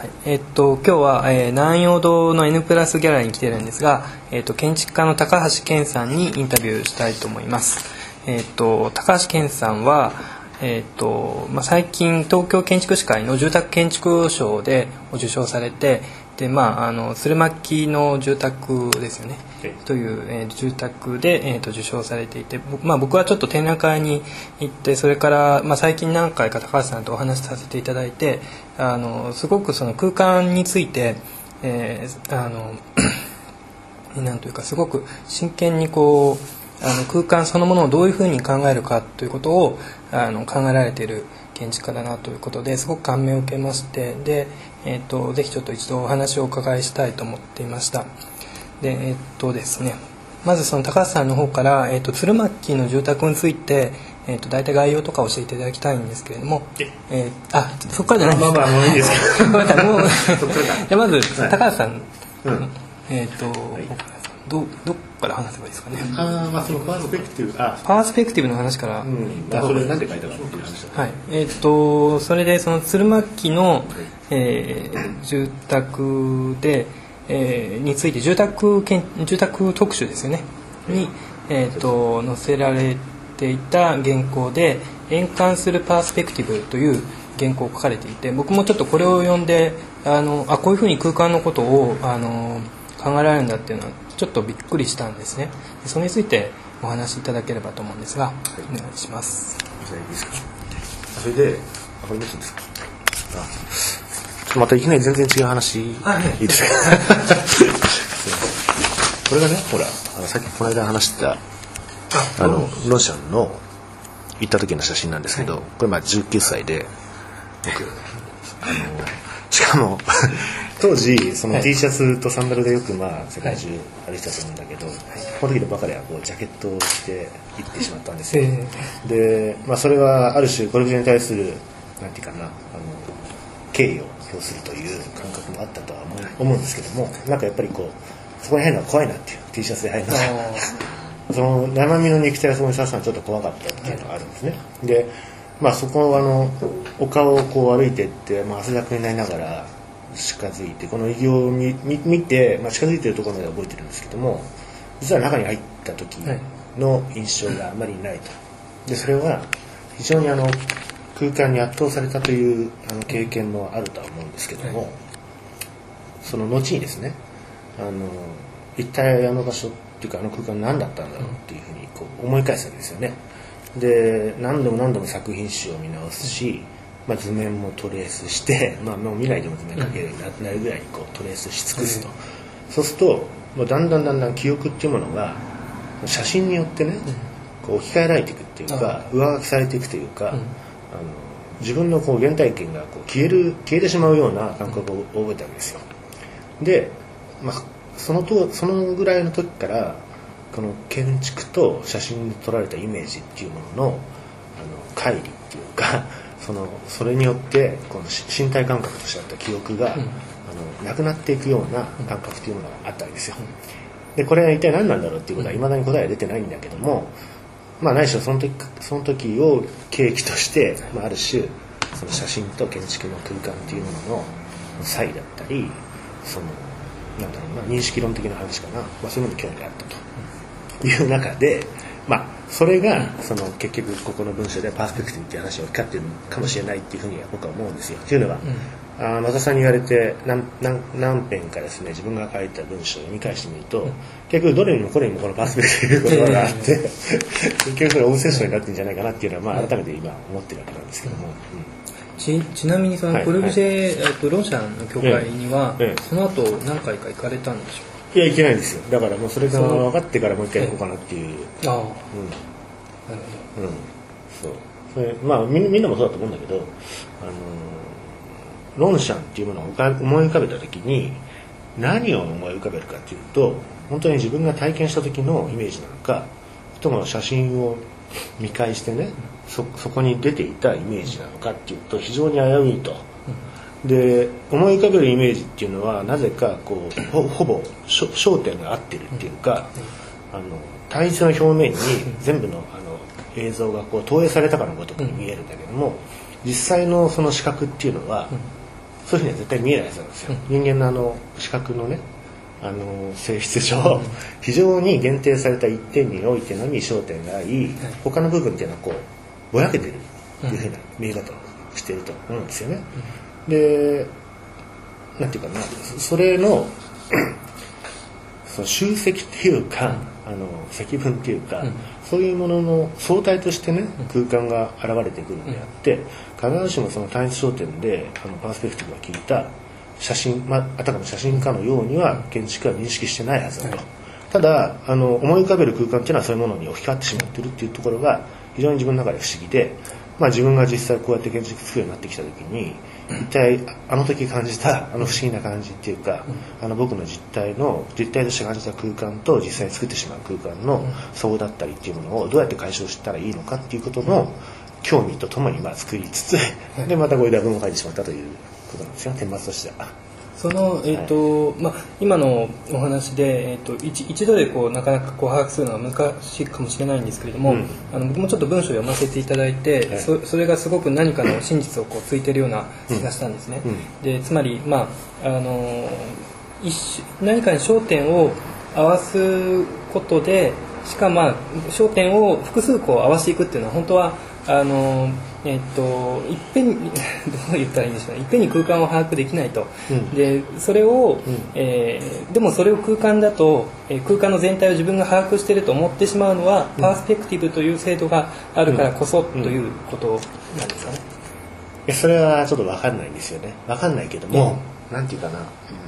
はい、今日は、南陽堂の N プラスギャラリーに来てるんですが、建築家の高橋健さんにインタビューしたいと思います。高橋健さんは、最近東京建築士会の住宅建築賞で受賞されて、で鶴巻の住宅ですよねという、住宅で、受賞されていて、僕はちょっと展覧会に行って、それから、最近何回か高橋さんとお話しさせていただいて、すごくその空間について、なんというかすごく真剣にこう空間そのものをどういうふうに考えるかということを考えられている建築家だなということですごく感銘を受けまして、で、ぜひちょっと一度お話をお伺いしたいと思っていました。で、ですね、まずその高橋さんの方から、鶴巻の住宅について、大体概要とか教えていただきたいんですけれども、そこからじゃないですか。 もういいですか。 じゃあまず高橋さん、どっから話せばいいですかね。 そのパースペクティブ、 パースペクティブの話から、 それなんで書いたかっていう話だ。 はい、それでその鶴巻の、住宅で、について住宅特集ですよねに、載せられていた原稿で円環するパースペクティブという原稿を書かれていて、僕もちょっとこれを読んでこういうふうに空間のことを考えられるんだっていうのはちょっとびっくりしたんですね。それについてお話しいただければと思うんですが、お願いします。 じゃあいいですか。それでこれどうするんですか。ちょっとまたいきなり全然違う話いいですか。これがね、ほらさっきこの間話したロシアンの行った時の写真なんですけど、これ19歳で僕しかも当時その T シャツとサンダルでよく世界中歩いてたと思うんだけど、この時のばかりはこうジャケットを着て行ってしまったんですよ。で、それはある種コルビュジエに対するなんていうかな敬意を表するという感覚もあったとは思うんですけども、なんかやっぱりこうそこに入るのは怖いなっていう T シャツで入るのがその生身の肉体がそこに刺すのはちょっと怖かったっていうのがあるんですね。で、そこを丘をこう歩いていって、汗だくになりながら近づいてこの偉業を見て、近づいているところまで覚えてるんですけども、実は中に入った時の印象があまりないと。でそれは非常に空間に圧倒されたという経験もあるとは思うんですけども、その後にですね一体場所っていうか空間何だったんだろうっていうふうにこう思い返すわけですよね。で何度も作品集を見直すし、図面もトレースして、もう未来でも図面描けるようになるぐらいにこうトレースし尽くすと、そうするともうだんだん記憶っていうものが写真によってねこう置き換えられていくっていうか上書きされていくというか、自分のこう原体験がこう消えてしまうような感覚を覚えたわけですよ。で、そのぐらいの時からこの建築と写真に撮られたイメージっていうものの乖離っていうかそれによってこの身体感覚としてあった記憶が、なくなっていくような感覚っていうものがあったわけですよ。でこれは一体何なんだろうっていうことはいまだに答えは出てないんだけども、何しろその時を契機として、ある種その写真と建築の空間っていうものの差異だったりなんだろうな認識論的な話かな、そういうものに興味があったという中で、それが結局ここの文章でパースペクティブっていう話を光ってるかもしれないっていうふうには僕は思うんですよ。というのは、松田さんに言われて何編かですね自分が書いた文章を読み返してみると、結局どれにもこれにもこのパースペクティブという言葉があって、結局それオブセッションになってるんじゃないかなっていうのは、改めて今思ってるわけなんですけども。 ちなみにそのコルビュジエ、ロシアンの教会には、その後何回か行かれたんでしょうか。 いや行けないんですよ。だからもうそれが分かってからもう一回行こうかなっていう。なるほど。そうそれみんなもそうだと思うんだけど、ロンシャンっていうものを思い浮かべた時に何を思い浮かべるかっていうと、本当に自分が体験した時のイメージなのか、それとも写真を見返してねそこに出ていたイメージなのかっていうと非常に危ういと。で思い浮かべるイメージっていうのはなぜかこうほぼ焦点が合ってるっていうか、対立の表面に全部の映像がこう投影されたかのごとくに見えるんだけども、実際のその視覚っていうのはそういうふうには絶対見えないはずなんですよ、人間の視覚のね性質上、非常に限定された一点においてのみ焦点があり、他の部分っていうのはこうぼやけてるというふうな見え方をしていると思うんですよね、でなんていうかな、それのその集積っていうか、積分っていうか、そういうものの相対としてね、空間が現れてくるのであって、必ずしもその単一焦点でパースペクティブが効いた写真、あたかも写真家のようには建築は認識してないはずだと、ただ思い浮かべる空間っていうのはそういうものに置き換わってしまっているっていうところが非常に自分の中で不思議で、自分が実際こうやって建築作るようになってきた時に、一体あの時感じた不思議な感じっていうか、僕の実体として感じた空間と実際に作ってしまう空間の相互だったりっていうものをどうやって解消したらいいのかっていうことの興味とともに作りつつ、でまたこれで文を書いてしまったということなんですよ、顛末としては。 その今のお話で、一度でなかなか把握するのは難しいかもしれないんですけれども、僕もちょっと文章を読ませていただいて、それがすごく何かの真実をついているような気がしたんですね。でつまり、何かに焦点を合わすことでしか焦点を複数合わせていくっていうのは本当はいっぺんにどう言ったらいいんでしょうね、いっぺんに空間を把握できないと、でそれを、でもそれを空間だと、空間の全体を自分が把握していると思ってしまうのは、パースペクティブという制度があるからこそ、ということなんですかね。 それはちょっと分かんないんですよね。分かんないけども、なんていうかな、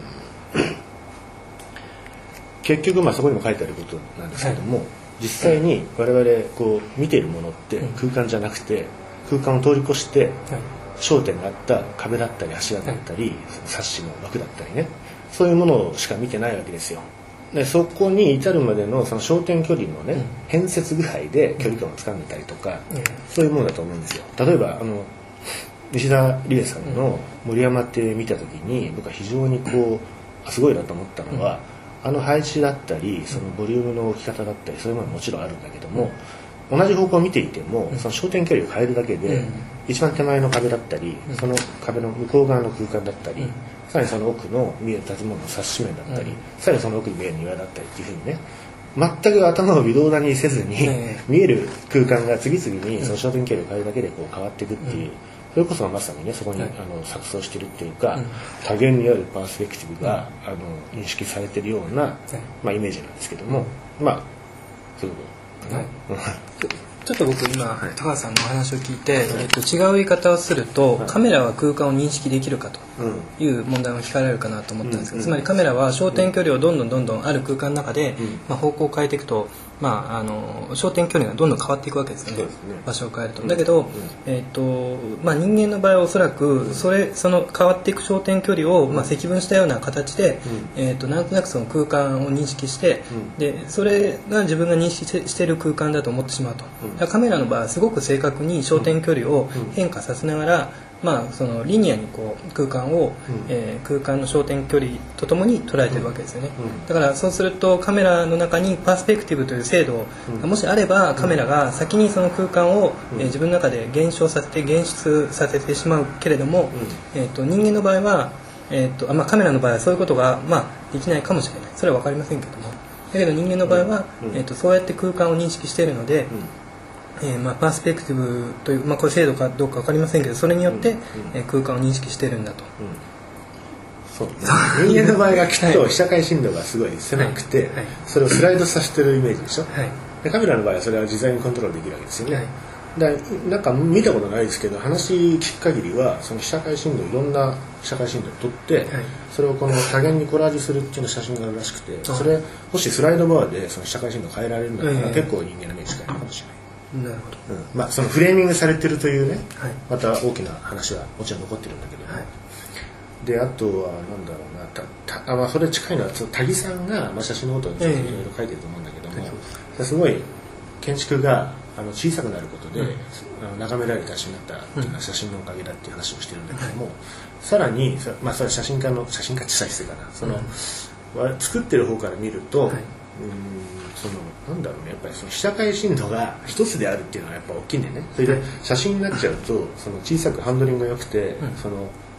結局そこにも書いてあることなんですけども、実際に我々見ているものって空間じゃなくて、空間を通り越して焦点があった壁だったり柱だったり、サッシの枠だったりね、そういうものしか見てないわけですよ。でそこに至るまでのその焦点距離のね、変節具合で距離感をつかんでたりとか、そういうものだと思うんですよ。例えば西田理恵さんの森山って見た時に、僕は非常にすごいなと思ったのは、配置だったりそのボリュームの置き方だったり、そういうものももちろんあるんだけども、同じ方向を見ていてもその焦点距離を変えるだけで、一番手前の壁だったり、その壁の向こう側の空間だったり、さらにその奥の見える建物の冊子面だったり、さらにその奥に見える庭だったりっていうふうにね、全く頭を微動だにせずに見える空間が次々にその焦点距離を変えるだけで変わっていくっていう、それこそまさにね、そこに錯綜しているっていうか、多元にあるパースペクティブが認識されているようなイメージなんですけども、そういうことちょっと僕今、高橋さんのお話を聞いて、違う言い方をすると、カメラは空間を認識できるかという問題も聞かれるかなと思ったんですけど、つまりカメラは焦点距離をどんどんある空間の中で、方向を変えていくと、焦点距離がどんどん変わっていくわけですよね、場所を変えると。だけど、人間の場合はおそらくその変わっていく焦点距離を、積分したような形で、なんとなくその空間を認識して、でそれが自分が認識している空間だと思ってしまうと。だからカメラの場合はすごく正確に焦点距離を変化させながら、そのリニアに空間を、空間の焦点距離とともに捉えているわけですよね。だからそうするとカメラの中にパースペクティブという制度がもしあれば、カメラが先にその空間を、自分の中で減出させてしまうけれども、人間の場合は、カメラの場合はそういうことが、できないかもしれない。それは分かりませんけども、だけど人間の場合は、そうやって空間を認識しているので、パースペクティブという、これ制度かどうか分かりませんけど、それによって、空間を認識しているんだと。 そう人間の場合はきっと被写界深度がすごい狭くて、それをスライドさせてるイメージでしょ、でカメラの場合はそれは自在にコントロールできるわけですよね、なんか見たことないですけど、話聞く限りはその被写界深度、いろんな被写界深度を取って、それをこの多元にコラージュするっていうの写真があるらしくて、それもしスライドバーでその被写界深度を変えられるんだったら、結構人間の目に近いかもしれない。 なるほど。 そのフレーミングされてるというね、また大きな話はもちろん残ってるんだけど、であとはなんだろうな、それ近いのは多木さんが、写真のことについていろいろ書いてると思うんだけども、すごい建築が小さくなることで、眺められる写真になったっていうのは写真のおかげだっていう話をしてるんだけども、さらにそれは写真家ってした人かな、その、作ってる方から見ると、なんだろうね、やっぱりその被写界深度が一つであるっていうのはやっぱ大きいんだよね。それで写真になっちゃうと、その小さくハンドリングが良くて、その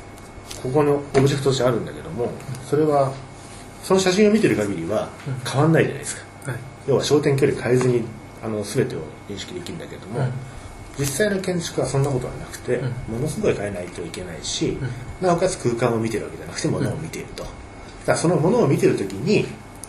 ここのオブジェクトとしてあるんだけども、それはその写真を見てる限りは変わんないじゃないですか、はい、要は焦点距離変えずに全てを認識できるんだけども、実際の建築はそんなことはなくて、ものすごい変えないといけないし、なおかつ空間を見てるわけじゃなくて物を見ていると、だからその物を見てる時に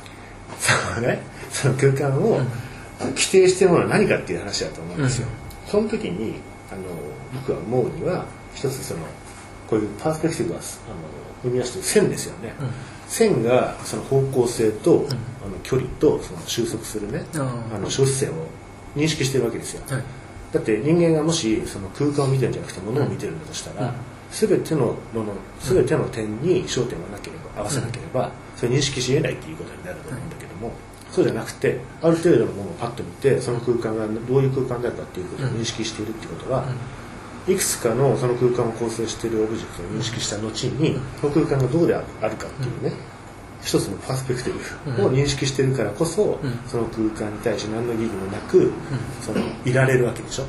その空間を規定しているものは何かっていう話だと思うんですよ、その時に僕は思うには一つこういうパースペクティブが生み出している線ですよね、線がその方向性と、距離とその収束するね小視線を認識しているわけですよ、はい、だって人間がもしその空間を見てるんじゃなくて物を見てるんだとしたら、全ての点に焦点がなければ合わせなければ、それ認識し得ないっていうことになると思うんだけども、そうじゃなくてある程度のものをパッと見てその空間がどういう空間であるかっていうことを認識しているっていうことは、いくつかのその空間を構成しているオブジェクトを認識した後にその空間がどうであるかっていうね、一つのパースペクティブを認識しているからこそ、その空間に対して何の疑義もなくいられるわけでしょ、はい、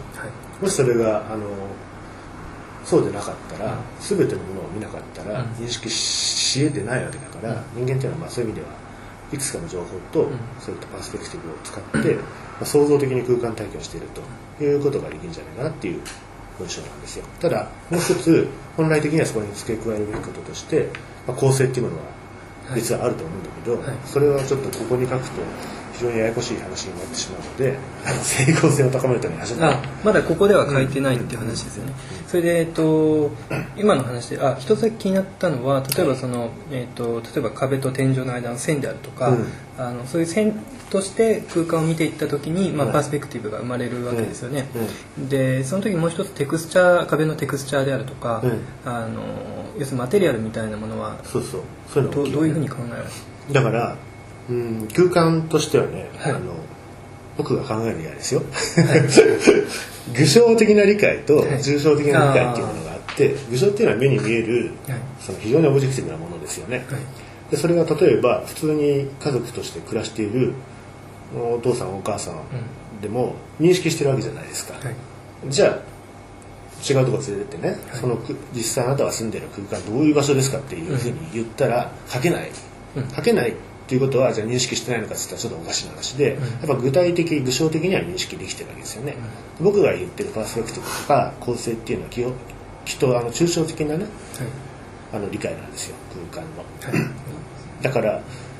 もしそれがそうでなかったら、全てのものを見なかったら認識し得てないわけだから、人間っていうのはそういう意味ではいくつかの情報とそういったパースペクティブを使って創造的に空間体験をしているということができるんじゃないかなっていう文章なんですよ。ただもう一つ本来的にはそこに付け加えるべきこととして、構成っていうものは実はあると思うんだけど、それはちょっとここに書くと非常にややこしい話になってしまうので、整合性を高めるためにまだここでは書いてないっていう話ですよね、それで、今の話で一つだけ気になったのは、例えば例えば壁と天井の間の線であるとか、そういう線として空間を見ていった時に、パースペクティブが生まれるわけですよね、でその時もう一つ壁のテクスチャーであるとか、要するにマテリアルみたいなものはどういうふうに考えられる？ だから空間としてはね、僕が考えるにはですよ、具象的な理解と抽象的な理解っていうものがあって、具象っていうのは目に見えるその非常にオブジェクティブなものですよね、でそれが例えば普通に家族として暮らしているお父さんお母さんでも認識してるわけじゃないですか、じゃあ違うところ連れてってね、その実際あなたが住んでる空間どういう場所ですかっていうふうに言ったら書けないっていうことはじゃあ認識してないのかって言ったらちょっとおかしな話で、やっぱ具体的具象的には認識できてるわけですよね、僕が言ってるパースペクティブとか構成っていうのはきっと抽象的なね、理解なんですよ空間の、だから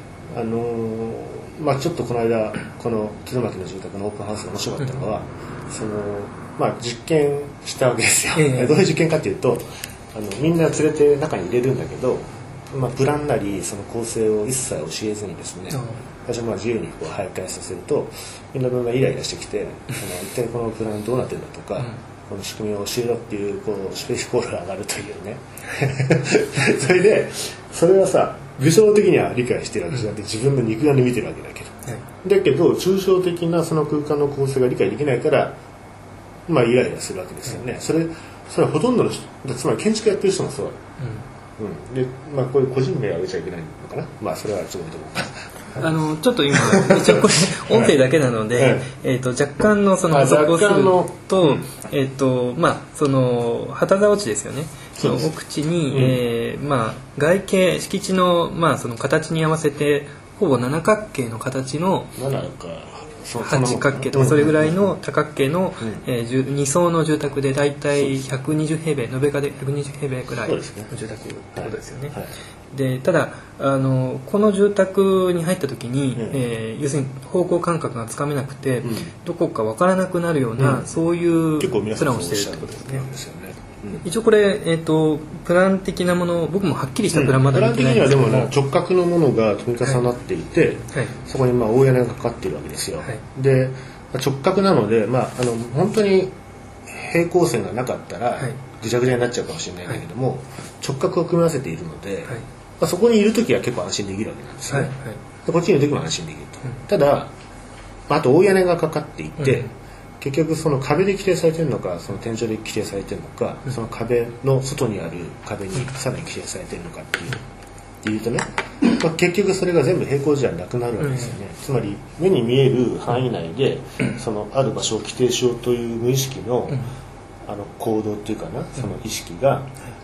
ちょっとこの間この鶴巻の住宅のオープンハウスが面白かったのは、実験したわけですよ、どういう実験かっていうとみんな連れて中に入れるんだけど、プランなりその構成を一切教えずにですね、私は自由にこう徘徊させるとみんなどんどんイライラしてきて一体このプランどうなってるんだとか、この仕組みを教えろっていうスペースコールが上がるというねそれでそれはさ具象的には理解してるわけじゃなくて自分の肉眼で見てるわけだけど、だけど抽象的なその空間の構成が理解できないからイライラするわけですよね、それはほとんどの人つまり建築やってる人もそうだ、でこういう個人名は挙げちゃいけないのかな、それはちょっと見てもちょっと今一応これ音声だけなので、若干のその補足をすると、その旗竿地ですよね。その奥地に、外形敷地のその形に合わせてほぼ七角形の形の八角形とかそれぐらいの多角形の2層の住宅でだいたい120平米延べで120平米くらいの住宅ってことですよね。でただこの住宅に入った時に、要するに方向感覚がつかめなくて、どこか分からなくなるような、そういうプランをしているってことですね。一応これ、プラン的なもの僕もはっきりしたプランまだ見てないんですけども、 プラン的にはでも、直角のものが積み重なっていて、そこに大屋根がかかっているわけですよ、で直角なので、本当に平行線がなかったらぐちゃぐちゃになっちゃうかもしれないんだけども、直角を組み合わせているので、そこにいる時は結構安心できるわけなんですよね、でこっちにいる時も安心できると、ただ、あと大屋根がかかっていて、結局その壁で規定されているのかその天井で規定されているのか、その壁の外にある壁にさらに規定されているのかっていうとね、結局それが全部平行じゃなくなるわけですよね、つまり目に見える範囲内でそのある場所を規定しようという無意識の行動っていうかな、その意識が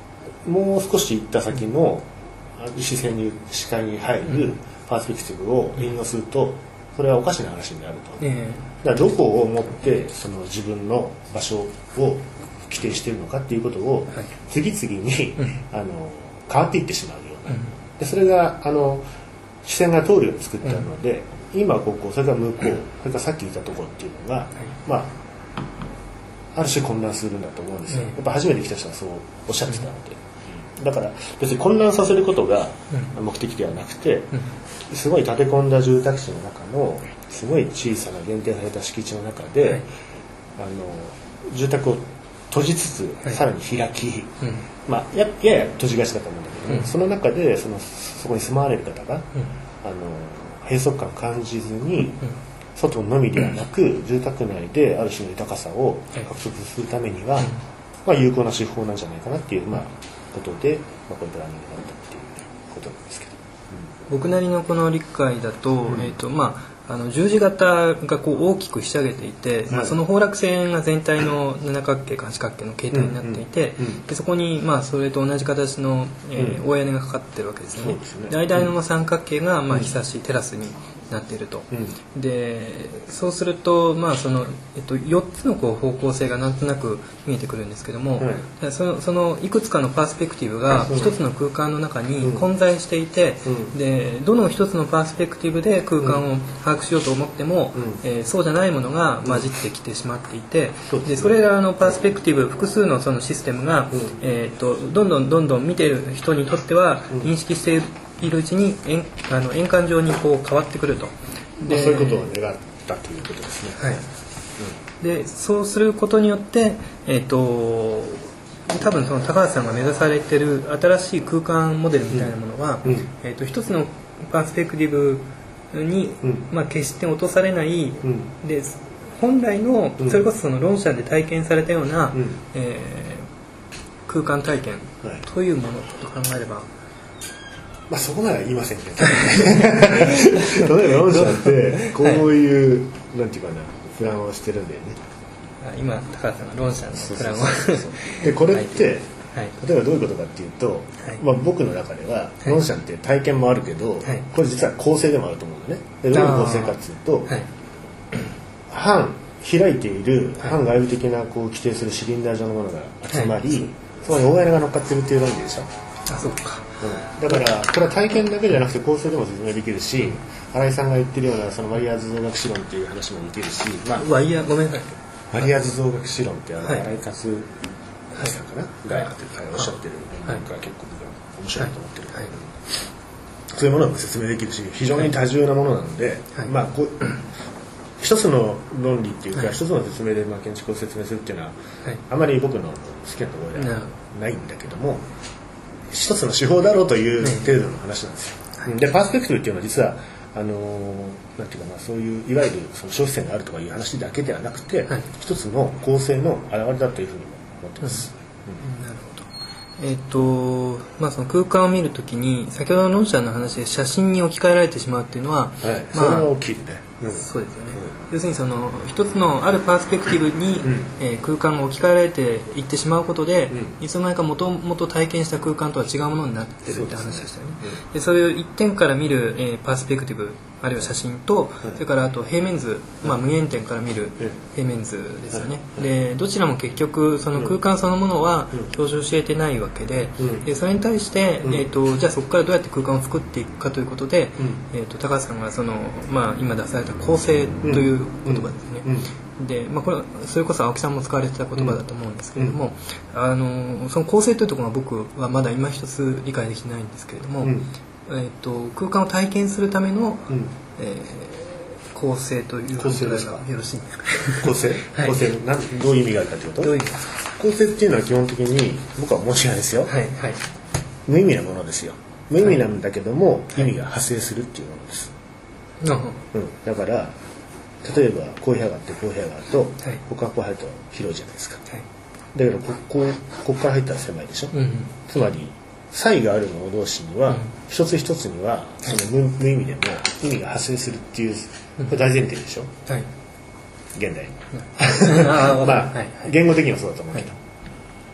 もう少し行った先の視界に入るパースペクティブを引用するとそれはおかしな話になると、だからどこをもってその自分の場所を規定しているのかっていうことを次々に、変わっていってしまうような、でそれが視線が通るように作ったので、今ここそれから向こうそれからさっき言ったところっていうのが、ある種混乱するんだと思うんですよ。やっぱ初めて来た人はそうおっしゃってたので、だから別に混乱させることが目的ではなくて、すごい立て込んだ住宅地の中のすごい小さな限定された敷地の中で、住宅を閉じつつさらに開き、やや閉じがちだと思うんだけども、その中でそこに住まわれる方が、閉塞感を感じずに、外のみではなく住宅内である種の豊かさを獲得するためには、有効な手法なんじゃないかなっていう、ことで、これプランニングだったっていうことなんですけど、 僕なりのこの理解だと、十字型がこう大きくひしゃげていて、その崩落線が全体の七角形か八角形の形態になっていて、でそこにそれと同じ形の、大屋根がかかってるわけですよね。で間の三角形がひさしいテラスになっていると、でそうすると、4つのこう方向性がなんとなく見えてくるんですけども、そのいくつかのパースペクティブが一つの空間の中に混在していて、でどの一つのパースペクティブで空間を把握しようと思っても、そうじゃないものが混じってきてしまっていて、でそれらのパースペクティブ複数のそのシステムが、どんどん見ている人にとっては認識しているうちに円環状にこう変わってくると。 でそういうことを願ったということですね。 でそうすることによって、多分その高橋さんが目指されている新しい空間モデルみたいなものは、一つのパースペクティブに、決して落とされない、で本来のそれこそその論者で体験されたような、空間体験というものと考えれば、 そこまでは言いませんけど例えば論者ってこういう、なんていうかなプランをしてるんだよね。 今高橋さんが論者のプランをでこれって、例えばどういうことかっていうと、僕の中では論者って体験もあるけど、これ実は構成でもあると思うのね。でどういう構成かっていうと、半開いている半外部的なこう規定するシリンダー状のものが集まり、そこに大屋根が乗っかってるっていう論理でしょ。 そうか。 だからこれは体験だけじゃなくて構成でも説明できるし、新井さんが言ってるようなそのワイヤーズ増額子論っていう話もできるし、 ワイヤーごめんなさい。 ワイヤーズ増額子論って新井勝さんかながおっしゃってる論文が結構僕は面白いと思ってる、そういうものも説明できるし非常に多重なものなので、一つの論理っていうか、一つの説明で建築を説明するっていうのは、あまり僕の好きなところではないんだけども、一つの手法だろうという程度の話なんですよ。でパースペクティブっていうのは実はなんていうかそういういわゆるその消費線があるとかいう話だけではなくて、一つの構成の表れだというふうに思ってます。 なるほど。その空間を見るときに先ほどの論者の話で写真に置き換えられてしまうっていうのは、 それが大きいね。 そうですよね。要するにその一つのあるパースペクティブに、空間が置き換えられていってしまうことで、いつの間にかもともと体験した空間とは違うものになってるって話でしたよね。でそういう一点から見る、パースペクティブあるいは写真と、それからあと平面図、無限点から見る平面図ですよね。でどちらも結局その空間そのものは表彰し得てないわけで、でそれに対して、じゃあそこからどうやって空間を作っていくかということで、高橋さんがその、今出された構成という言葉ですね。でこれはそれこそ青木さんも使われてた言葉だと思うんですけれども、その構成というところが僕はまだ今一つ理解できないんですけれども、空間を体験するための、構成ということでよろしいんですか。 構成、構成どういう意味があるかというと、構成っていうのは基本的に僕は申し訳ないですよ、無意味なものですよ。無意味なんだけども、意味が発生するっていうものです。だから例えばこういう部屋があってこういう部屋があると、ここからこう入ると広いじゃないですか。だけどここから入ったら狭いでしょ。つまり差異があるもの同士には、一つ一つにはその無意味でも意味が発生するっていう、これ大前提でしょ、現代言語的にはそうだと思うけど、つ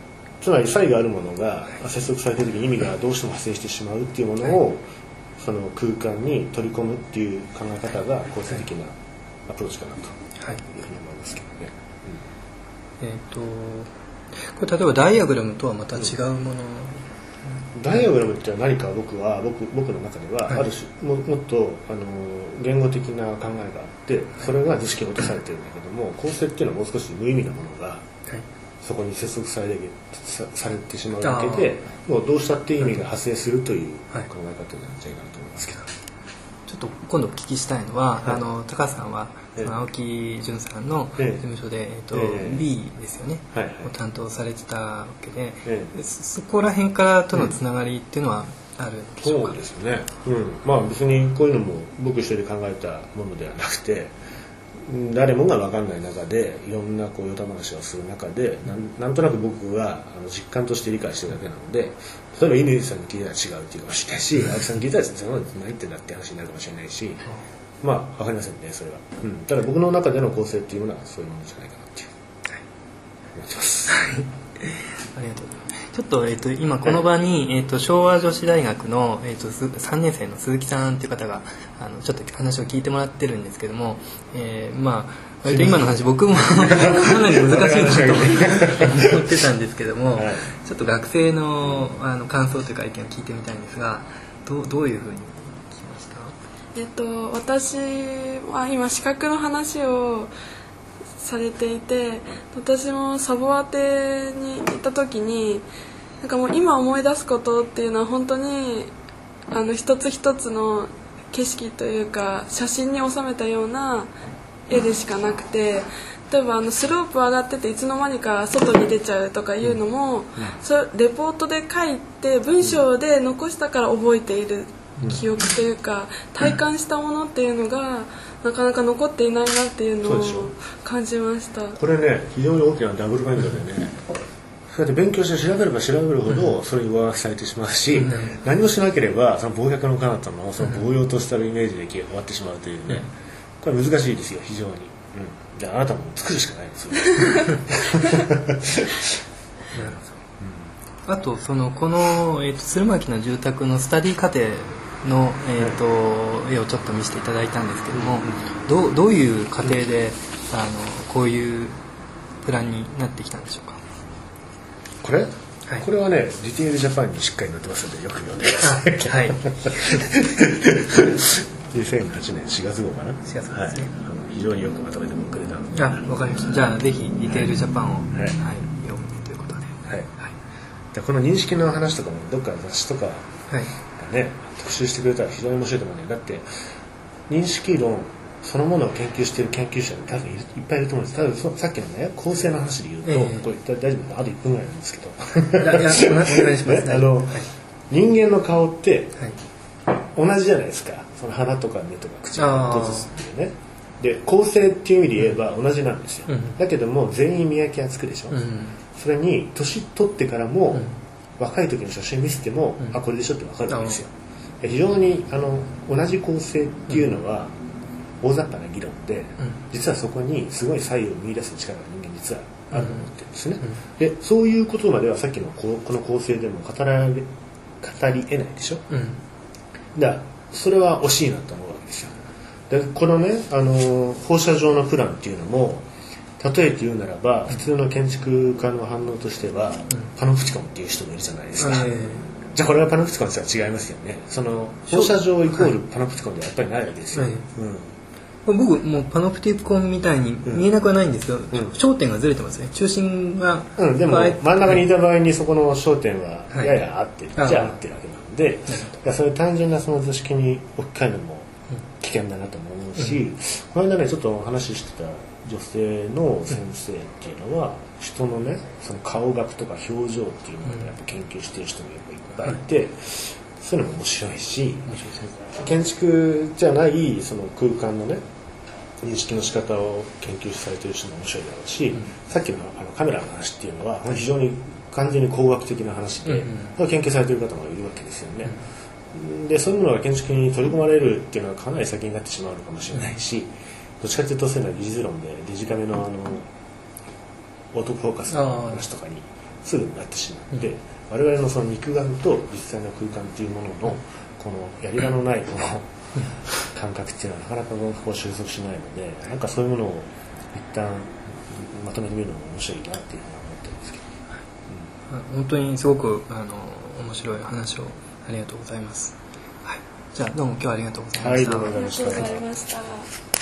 つまり差異があるものが接続されている時に意味がどうしても発生してしまうっていうものを、その空間に取り込むっていう考え方が構成的なアプローチかなというふうに思いますけどね。 これ例えばダイアグラムとはまた違うもの、 ダイアグラムって何か僕の中ではある種、もっと言語的な考えがあってそれが図式に落とされてるんだけども、構成っていうのはもう少し無意味なものがそこに接続されてしまうだけでもうどうしたって意味が発生するという考え方なんじゃないかなと思いますけど、 ちょっと今度お聞きしたいのは、高橋さんは青木淳さんの事務所で、B ですよね、を担当されてたわけで、そこら辺からとのつながりっていうのはあるんでしょうか。 そうですね、まあ別にこういうのも僕一人で考えたものではなくて、誰もが分かんない中でいろんなこうヨタ話をする中でなんとなく僕は実感として理解してるだけなので、例えば乾さんに聞いたら違うっていうかもしれないし、青木さんに聞いたらそんなの何言ってんだって話になるかもしれないし、まあ分かりませんねそれは、ただ僕の中での構成っていうものはそういうものじゃないかなっていう思ってます。 ありがとうございます。ちょっと、今この場に、昭和女子大学の、3年生の鈴木さんという方がちょっと話を聞いてもらってるんですけども、まあ今の話僕もかなり難しいなと思ってたんですけども、ちょっと学生の、感想というか意見を聞いてみたいんですが、どういうふうに聞きました？ 私は今資格の話をされていて、私もサボアテに行った時になんかもう今思い出すことっていうのは本当に一つ一つの景色というか写真に収めたような絵でしかなくて、例えばスロープ上がってていつの間にか外に出ちゃうとかいうのも、それレポートで書いて文章で残したから覚えている記憶というか体感したものっていうのがなかなか残っていないなっていうのを感じました。 これね非常に大きなダブルマインドでね、そうやって勉強して調べれば調べるほどそれに上書きされてしまうし、何もしなければその暴虐の彼方のその暴揚としたイメージで終わってしまうというね、これ難しいですよ非常に、じゃああなたも作るしかないんですよなるほど。あとこの、鶴巻の住宅のスタディ過程の、絵をちょっと見せていただいたんですけども、どういう過程でこういうプランになってきたんでしょうか。 これはねディテールジャパンにしっかり載ってますのでよく読んでください。はい2008年4月号かな。4月号ですね、非常によくまとめてくれたので。 わかりました。じゃあぜひディテールジャパンを、読むということで、 でこの認識の話とかもどっかの雑誌とかがね、特集してくれたら非常に面白いと思うね。だって認識論そのものを研究している研究者が多分いっぱいいると思うんです。たださっきのね構成の話で言うと、これ大丈夫？あと1分ぐらいなんですけどお願いします。人間の顔って、同じじゃないですか。その鼻とか目とか口が1個ずつっていうね。で構成っていう意味で言えば同じなんですよ、だけども全員見分けがつくでしょ、それに年取ってからも、若い時の写真見せても、あこれでしょって分かるんですよ。非常に同じ構成っていうのは、大雑把な議論で、実はそこにすごい差異を見出す力が人間実はあると思ってるんですね、でそういうことまではさっきのこの構成でも語り得ないでしょ、だからそれは惜しいなと思うわけですよ。でこのね、放射状のプランっていうのも例えて言うならば普通の建築家の反応としては、パノプティコンっていう人もいるじゃないですか、じゃあこれはパノプティコンとは違いますよね。その放射状イコールパノプティコンではやっぱりないわけですよ、 僕もうパノプティコンみたいに見えなくはないんですけど、焦点がずれてますね。中心が、 でも真ん中にいた場合にそこの焦点はややあって、じゃあ合ってるわけなんで、そういう単純なその図式に置き換えるのも危険だなと思うし、この間ねちょっとお話ししてた女性の先生っていうのは、人のねその顔学とか表情っていうのをやっぱ研究してる人もやっぱいっぱいいて、そういうのも面白いし、建築じゃないその空間のね認識の仕方を研究されている人も面白いだろうし、さっきのカメラの話っていうのは非常に完全に工学的な話で、研究されている方もいるわけですよね。でそういうものが建築に取り込まれるっていうのはかなり先になってしまうのかもしれないし、どっちかというとそういうのは技術論でデジカメのオートフォーカスの話とかにすぐなってしまって、我々のその肉眼と実際の空間っていうもののこのやり場のないこの感覚っていうのはなかなかこう収束しないので、なんかそういうものを一旦まとめてみるのも面白いなっていうふうに思ってるんですけど、 本当にすごく面白い話をありがとうございます。はい、じゃあどうも今日はありがとうございました。 はい、どうもありがとうございました。 ありがとうございました。